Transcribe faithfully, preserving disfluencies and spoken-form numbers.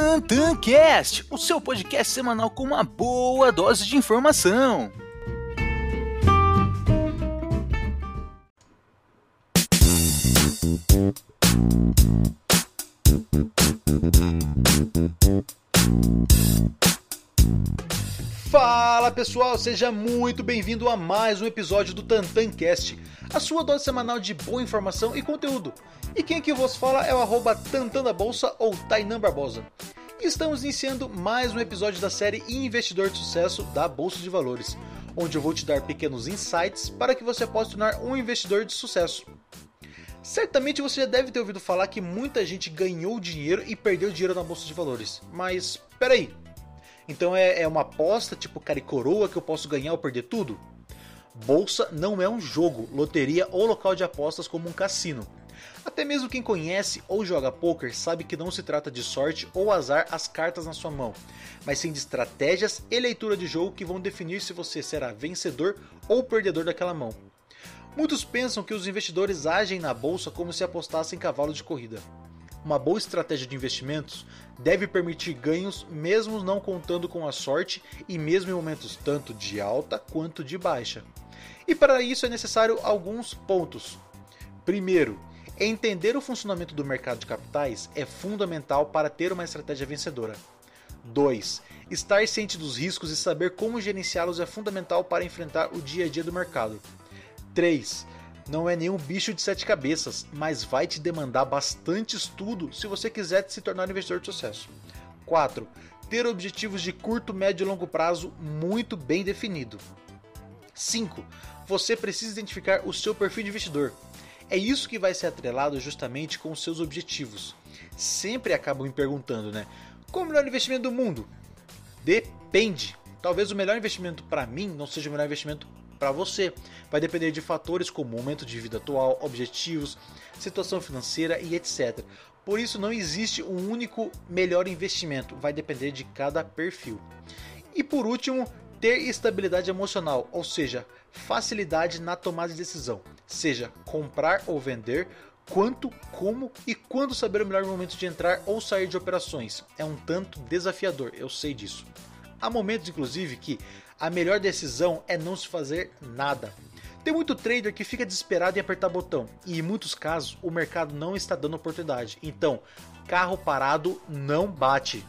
TantanCast, o seu podcast semanal com uma boa dose de informação. Fala pessoal, seja muito bem-vindo a mais um episódio do TantanCast, a sua dose semanal de boa informação e conteúdo. E quem aqui vos fala é o arroba Tantan da Bolsa ou Tainan Barbosa. E estamos iniciando mais um episódio da série Investidor de Sucesso da Bolsa de Valores, onde eu vou te dar pequenos insights para que você possa tornar um investidor de sucesso. Certamente você já deve ter ouvido falar que muita gente ganhou dinheiro e perdeu dinheiro na Bolsa de Valores, mas peraí. Então é uma aposta tipo cara e coroa que eu posso ganhar ou perder tudo? Bolsa não é um jogo, loteria ou local de apostas como um cassino. Até mesmo quem conhece ou joga poker sabe que não se trata de sorte ou azar as cartas na sua mão, mas sim de estratégias e leitura de jogo que vão definir se você será vencedor ou perdedor daquela mão. Muitos pensam que os investidores agem na bolsa como se apostassem em cavalo de corrida. Uma boa estratégia de investimentos deve permitir ganhos mesmo não contando com a sorte e mesmo em momentos tanto de alta quanto de baixa. E para isso é necessário alguns pontos. Primeiro, entender o funcionamento do mercado de capitais é fundamental para ter uma estratégia vencedora. dois. Estar ciente dos riscos e saber como gerenciá-los é fundamental para enfrentar o dia a dia do mercado. três. Não é nenhum bicho de sete cabeças, mas vai te demandar bastante estudo se você quiser se tornar um investidor de sucesso. quatro. Ter objetivos de curto, médio e longo prazo muito bem definido. cinco. Você precisa identificar o seu perfil de investidor. É isso que vai ser atrelado justamente com os seus objetivos. Sempre acabam me perguntando, né? Qual o melhor investimento do mundo? Depende. Talvez o melhor investimento para mim não seja o melhor investimento para você. Vai depender de fatores como momento de vida atual, objetivos, situação financeira e etcétera. Por isso não existe um único melhor investimento, vai depender de cada perfil. E por último, ter estabilidade emocional, ou seja, facilidade na tomada de decisão, seja comprar ou vender, quanto, como e quando saber o melhor momento de entrar ou sair de operações. É um tanto desafiador, eu sei disso. Há momentos, inclusive, que a melhor decisão é não se fazer nada. Tem muito trader que fica desesperado em apertar botão, e em muitos casos o mercado não está dando oportunidade. Então, carro parado não bate.